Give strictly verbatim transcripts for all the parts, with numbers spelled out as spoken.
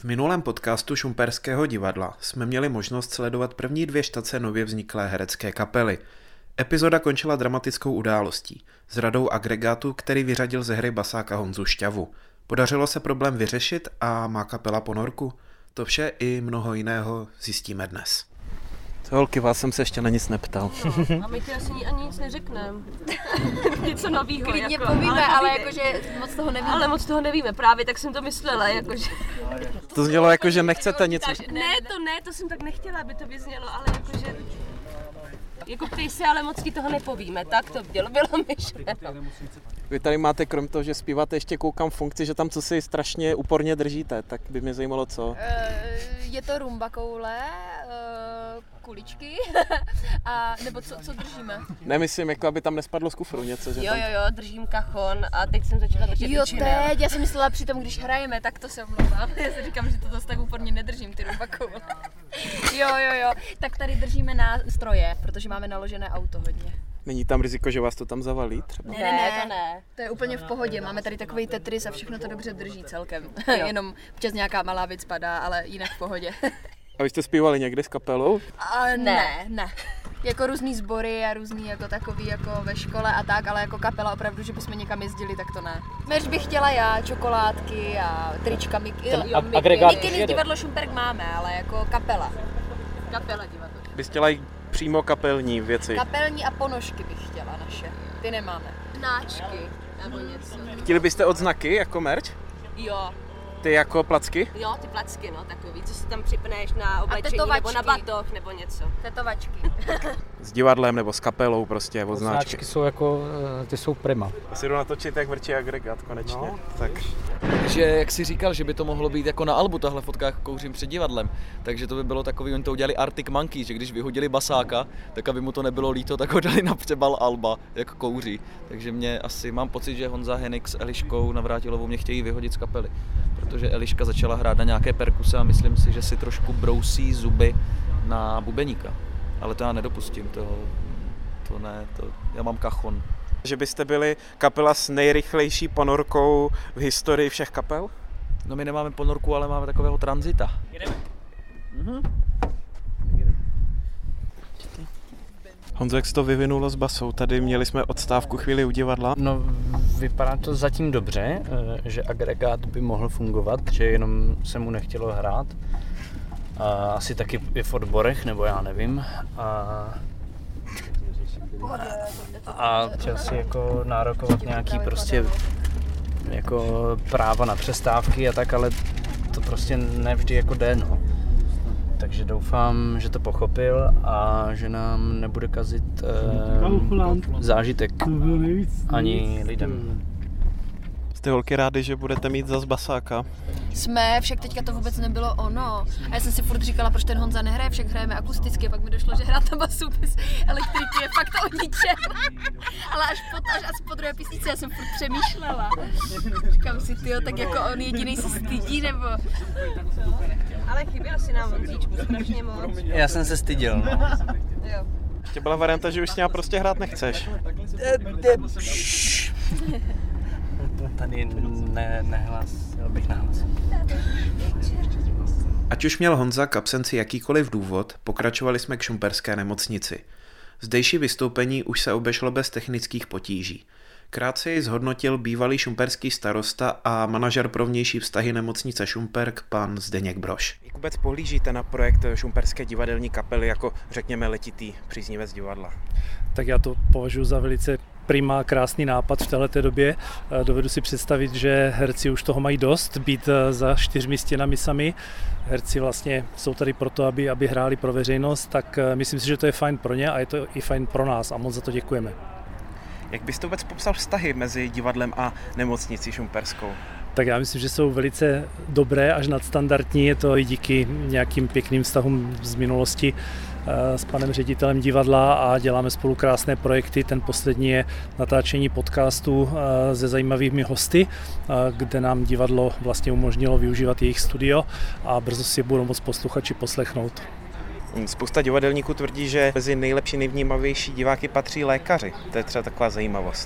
V minulém podcastu Šumperského divadla jsme měli možnost sledovat první dvě štace nově vzniklé herecké kapely. Epizoda končila dramatickou událostí, s radou agregátu, který vyřadil ze hry basáka Honzu Šťavu. Podařilo se problém vyřešit a má kapela ponorku? To vše i mnoho jiného zjistíme dnes. Holky, vás jsem se ještě na nic neptal. No, a my ti asi ani nic neřekneme. Něco novýho. Klidně jako, povíme, ale, ale jakože moc toho nevíme. Ale moc toho nevíme, právě tak jsem to myslela. Jakože... To znělo jako, že nechcete nic... Ne, to ne, to jsem tak nechtěla, aby to vyznělo, ale jakože... Jako ptej se, ale moc ti toho nepovíme, tak to bylo, bylo myšleno. Vy tady máte, krom toho, že zpíváte, ještě koukám funkci, že tam co si strašně úporně držíte, tak by mě zajímalo co. Je to rumba koule, kuličky, a nebo co, co držíme? Nemyslím, jako aby tam nespadlo z kufru něco, že Jo, tam... jo, jo, držím kachon a teď jsem začala držet Jo, tyčiny. teď, já jsem myslela při tom, když hrajeme, tak to se omlouvám. Já si říkám, že to zase tak úporně nedržím, ty rumba koule. Jo, jo, jo, tak tady držíme na stroje, protože máme naložené auto hodně. Není tam riziko, že vás to tam zavalí třeba? Ne, ne, to ne. To je úplně v pohodě, máme tady takový Tetris a všechno to dobře drží celkem. Jenom občas nějaká malá věc padá, ale jinak v pohodě. A vy jste zpívali někdy s kapelou? A ne, ne, ne. Jako různý sbory a různý jako takový jako ve škole a tak, ale jako kapela opravdu, že bychom někam jezdili, tak to ne. Merch bych chtěla já, čokoládky a trička, Miky, jo, jo, Miky divadlo Šumperk máme, ale jako kapela. Kapela divadlo. Bys chtěla jít přímo kapelní věci? Kapelní a ponožky bych chtěla naše, ty nemáme. Náčky nebo něco. Chtěli byste odznaky jako merch? Jo. Ty jako placky? Jo, ty placky, no, takový, co si tam připneš na oblečení nebo na batoh nebo něco. Tetovačky. S divadlem nebo s kapelou prostě odznáčky. Odznáčky jsou jako, ty jsou prima. Já si jdu natočit, jak vrčí agregát konečně. No. Tak. Že jak jsi říkal, že by to mohlo být jako na albu tahle fotka, jak kouřím před divadlem, takže to by bylo takový, oni to udělali Arctic Monkeys, že když vyhodili basáka, tak aby mu to nebylo líto, tak ho dali na přebal alba, jak kouří. Takže mě asi, mám pocit, že Honza Henik s Eliškou Navrátilovou mě chtějí vyhodit z kapely, protože Eliška začala hrát na nějaké perkuse a myslím si, že si trošku brousí zuby na bubeníka. Ale to já nedopustím, to, to ne, to, já mám kachon. Že byste byli kapela s nejrychlejší ponorkou v historii všech kapel? No my nemáme ponorku, ale máme takového tranzita. Jdeme. Mhm. Honzo, jak se to vyvinulo s basou? Tady měli jsme odstávku chvíli u divadla. No, vypadá to zatím dobře, že agregát by mohl fungovat, že jenom se mu nechtělo hrát. A asi taky i v odborech, nebo já nevím. A, a chtěl si jako nárokovat nějaký prostě jako práva na přestávky a tak, ale to prostě nevždy jako jde, no. Takže doufám, že to pochopil a že nám nebude kazit eh, zážitek ani lidem. Jste holky rádi, že budete mít zas basáka? Jsme, však teďka to vůbec nebylo ono. A já jsem si furt říkala, proč ten Honza nehraje, však hrajeme akusticky, a pak mi došlo, že hrát na basu bez elektriky je fakt o ničem. Ale až po, až, až po druhé písničce já jsem furt přemýšlela. Říkám si, tyjo, tak jako on jedinej se stydí, nebo... Ale chyběl si nám Honzíčku strašně moc. Já jsem se styděl, no. Jo. Ještě byla varianta, že už s ním prostě hrát nechceš. Tady ne, nehlas, jel bych nahlas. Ať už měl Honza k absenci jakýkoliv důvod, pokračovali jsme k šumperské nemocnici. Zdejší vystoupení už se obešlo bez technických potíží. Krátce ji zhodnotil bývalý šumperský starosta a manažer pro vnější vztahy nemocnice Šumperk, pan Zdeněk Brož. Jak vůbec pohlížíte na projekt šumperské divadelní kapely jako, řekněme, letitý příznivec divadla? Tak já to považuji za velice prima, krásný nápad v této době. Dovedu si představit, že herci už toho mají dost, být za čtyřmi stěnami sami. Herci vlastně jsou tady proto, aby, aby hráli pro veřejnost, tak myslím si, že to je fajn pro ně a je to i fajn pro nás a moc za to děkujeme. Jak byste vůbec popsal vztahy mezi divadlem a nemocnicí šumperskou? Tak já myslím, že jsou velice dobré, až nadstandardní. Je to i díky nějakým pěkným vztahům z minulosti s panem ředitelem divadla a děláme spolu krásné projekty. Ten poslední je natáčení podcastu se zajímavými hosty, kde nám divadlo vlastně umožnilo využívat jejich studio a brzo si budou moct posluchači poslechnout. Spousta divadelníků tvrdí, že mezi nejlepší, nejvnímavější diváky patří lékaři. To je třeba taková zajímavost.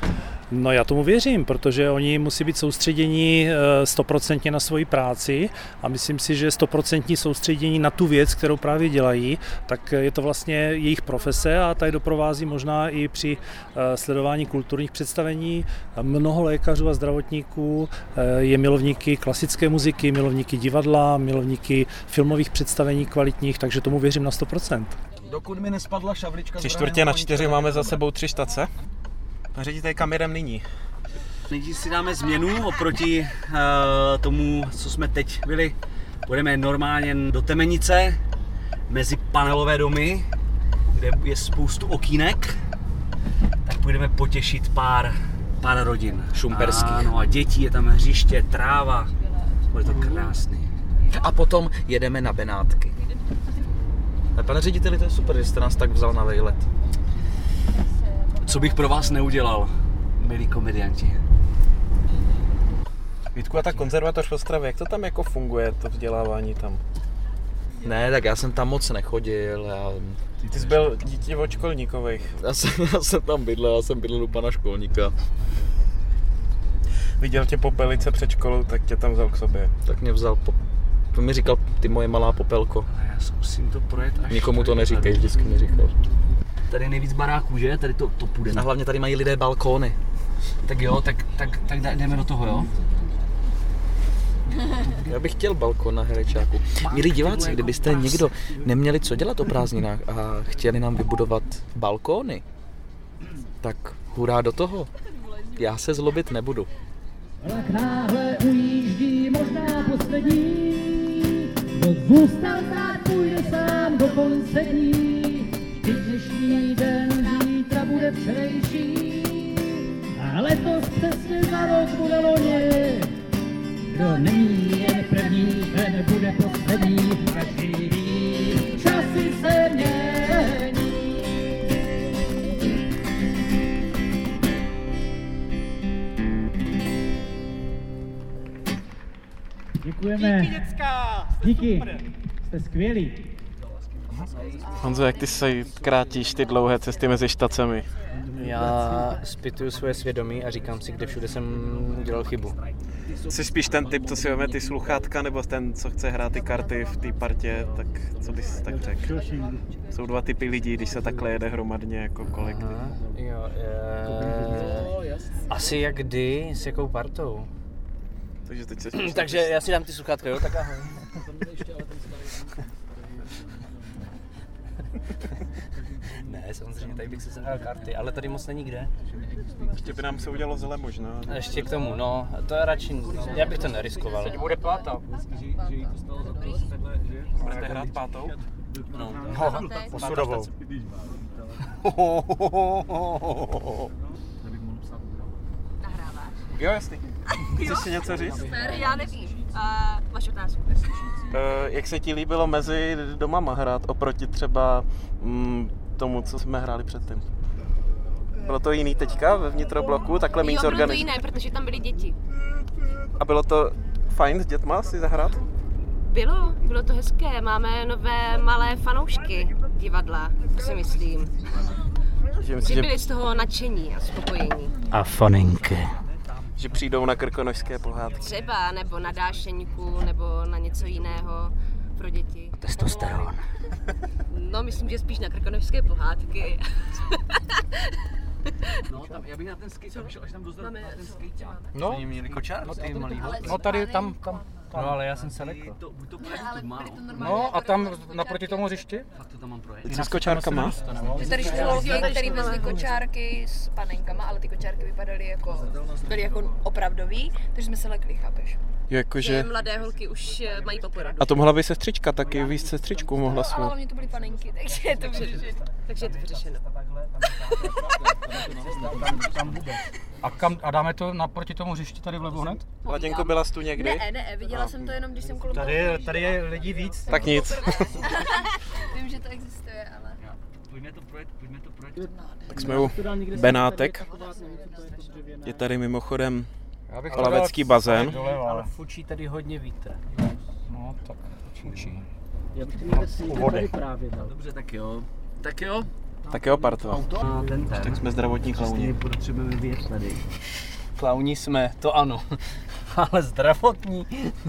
No já tomu věřím, protože oni musí být soustředění stoprocentně na svoji práci a myslím si, že stoprocentní soustředění na tu věc, kterou právě dělají, tak je to vlastně jejich profese a tady doprovází možná i při sledování kulturních představení. Mnoho lékařů a zdravotníků je milovníky klasické muziky, milovníky divadla, milovníky filmových představení kvalitních, takže tomu věřím na sto procent. Dokud mi nespadla šavlička. Tři čtvrtě na čtyři máme za sebou tři štace. Ředitel, kam jedem nyní? Nejdřív si dáme změnu oproti uh, tomu, co jsme teď byli. Půjdeme normálně do Temenice, mezi panelové domy, kde je spoustu okýnek. Tak půjdeme potěšit pár, pár rodin. Šumperských. Ano, a dětí, je tam hřiště, tráva. Bude to krásný. A potom jedeme na Benátky. Pane řediteli, to je super, že jste nás tak vzal na vejlet. Co bych pro vás neudělal, milí komedianti? Vítku, a ta konzervatoř v Ostravě, jak to tam jako funguje, to vzdělávání tam? Ne, tak já jsem tam moc nechodil. Já... Ty jsi byl dítě od školníkových. Já jsem, já jsem tam bydlel, já jsem bydlel u pana školníka. Viděl tě Popelice před školou, tak tě tam vzal k sobě. Tak mě vzal, po... to mi říkal, ty moje malá Popelko. Já zkusím to projet až... Nikomu to neříkej, vždycky mi říkal. Tady je nejvíc baráků, že? Tady to, to půjde. A hlavně tady mají lidé balkóny. Tak jo, tak, tak, tak jdeme do toho, jo? Já bych chtěl balkon na Herečáku. Milí diváci, kdybyste někdo neměli co dělat o prázdninách a chtěli nám vybudovat balkóny, tak hurá do toho. Já se zlobit nebudu. Vlak náhle ujíždí, možná poslední, kdo zůstal stát, půjde sám do konce dní. I dnešní den zítra bude včerejší, a letos přesně za rok bude loni. Kdo není jen první, ten bude poslední, každý ví, časy se mění. Děkujeme. Díky, děcka! Díky, jste skvělí. Honzo, jak ty se krátíš ty dlouhé cesty mezi štacemi? Já zpytuju svoje svědomí a říkám si, kde všude jsem udělal chybu. Jsi spíš ten typ, co si veme ty sluchátka, nebo ten, co chce hrát ty karty v té partě, tak co bys tak řekl? Jsou dva typy lidí, když se takhle jede hromadně jako kolektiv. Aha, jo, je... Asi jak kdy, s jakou partou. Takže teď se Takže já si dám ty sluchátka, jo, tak ahoj. Ne, samozřejmě, tady bych si zahrál karty, ale tady moc není kde. Ještě by nám se udělalo zle možná. A ještě k tomu, no, to je radši, já bych to neriskoval. Teď bude pláta. Budete hrát pátou? No, Posudovou. Nahráváš? Jo, jasný. Chceš si něco říct? Já nevím. A máš otázku? Uh, jak se ti líbilo mezi domama hrát oproti třeba mm, tomu, co jsme hráli předtím? Bylo to jiný teďka ve vnitrobloku, takhle méně zorganizované? Jo, bylo zorganiz... to jiné, protože tam byly děti. A bylo to fajn s dětma si zahrát? Bylo, bylo to hezké. Máme nové malé fanoušky divadla, to si myslím. Že myslím, že byli že... z toho nadšení a spokojení. a faninky. Že přijdou na krkonošské pohádky. Třeba, nebo na dášeňku, nebo na něco jiného pro děti. Testosteron. No, myslím, že spíš na krkonošské pohádky. No, tam, já bych na ten skate, šel až tam dozadu na ten skate. No, Oni měli kočár, no ty malý. No tady, tam, tam. No ale já jsem se lekl. To, buď to bude YouTube má, no. No a tam naproti tomu hřišti? Fakt to tam mám projet. Ty jsi s kočárkama? Že tady šli lidi, který vezli kočárky s panenkama, ale ty kočárky vypadaly jako, byly jako opravdový, takže jsme se lekli, chápeš? Jo, jakože... Mladé holky už mají po porodu. A to mohla by sestřička taky víc sestřičku mohla No, ale svou. hlavně to byly panenky, takže je to vyřešeno. Takže je to vyřešeno. A, kam, a dáme to naproti tomu hřišti tady vlevo hned? Laděnko, byla jsi tu někdy? Ne, ne, viděla jsem to jenom, když jsem kolem Tady, je, tady je lidí víc. Tak nic. Vím, že to existuje, ale... Pojďme to projet, pojďme to projet. Tak jsme u Benátek. Je tady mimochodem plavecký bazén. Ale fučí tady hodně vítr. No, tak fučí. Já bych to někde si tady právě dal. Dobře, tak jo. Tak jo, Tak jo, parto. A ten ten. Tak jsme zdravotní klauni. Potřebujeme vyjet tady. Klauni jsme, to ano. Ale zdravotní.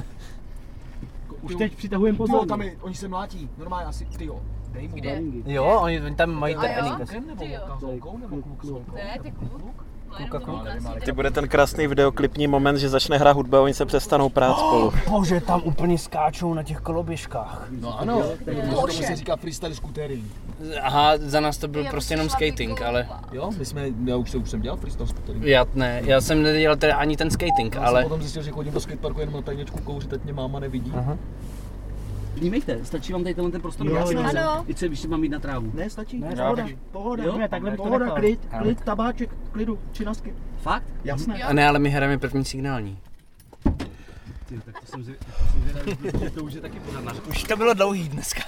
Už teď přitahujeme pozornost. Tam je, oni se mlátí, normálně asi, tyjo. Dej mu. Kde? Jo, oni oni tam mají tepený. Nebo holkou, nebo kluk s holkou? Ne, ty kluk. Kluka, kluka. Ty bude ten krásný videoklipní moment, že začne hra hudba a oni se přestanou prát spolu. Bože, tam úplně skáčou na těch koloběžkách. No ano, tomu se říká freestyle scootery. Aha, za nás to byl prostě jenom skating, ale Jo, my jsme, já už, už jsem dělal freestyle scootery. já ne, já jsem nedělal teda ani ten skating, Já ale jsem potom zjistil, že chodím do skateparku jenom na tajněčku kouřit, teď mě máma nevidí. Aha. Vnímejte, stačí vám tady tenhle ten prostor? Jo, Já si jo. myslím, Ano. i co, když mám jít na trávu. Ne, stačí. Ne, pohoda, stačí. pohoda, Jo? ne, takhle bych to Pohoda, nechal. klid, Ano. klid, tabáček, klidu, činasky. Fakt? Jasné. A ne, ale my hrajeme první signální. Tyjo, tak to jsem zvědavý, tak to jsem zvědavý, že to už je taky pořád na Už to bylo dlouhý dneska.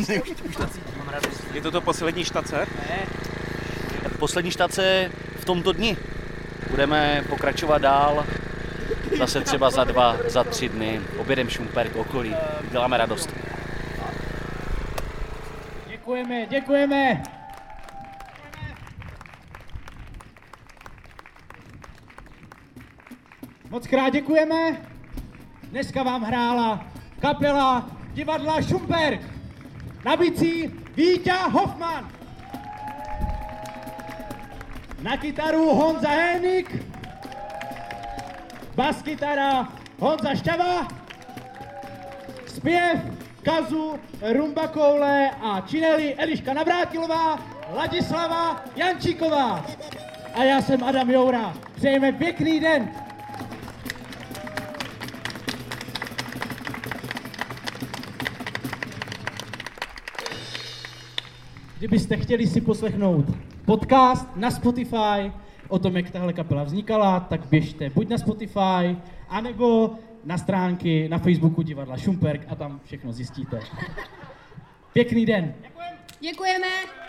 Je to to poslední štace? Poslední štace v tomto dni. Budeme pokračovat dál, zase třeba za dva, za tři dny. Objedem Šumperk, okolí, děláme radost. Děkujeme, děkujeme. Moc krát děkujeme. Dneska vám hrála kapela divadla Šumperk. Na bicí Víťa Hoffman. Na kytaru Honza Hénik. Baskytara Honza Šťava. Zpěv Kazu Rumba Koule a čineli Eliška Navrátilová, Ladislava Jančíková. A já jsem Adam Joura. Přejeme pěkný den. Kdybyste chtěli si poslechnout podcast na Spotify o tom, jak tahle kapela vznikala, tak běžte buď na Spotify, anebo na stránky na Facebooku divadla Šumperk a tam všechno zjistíte. Pěkný den. Děkujeme.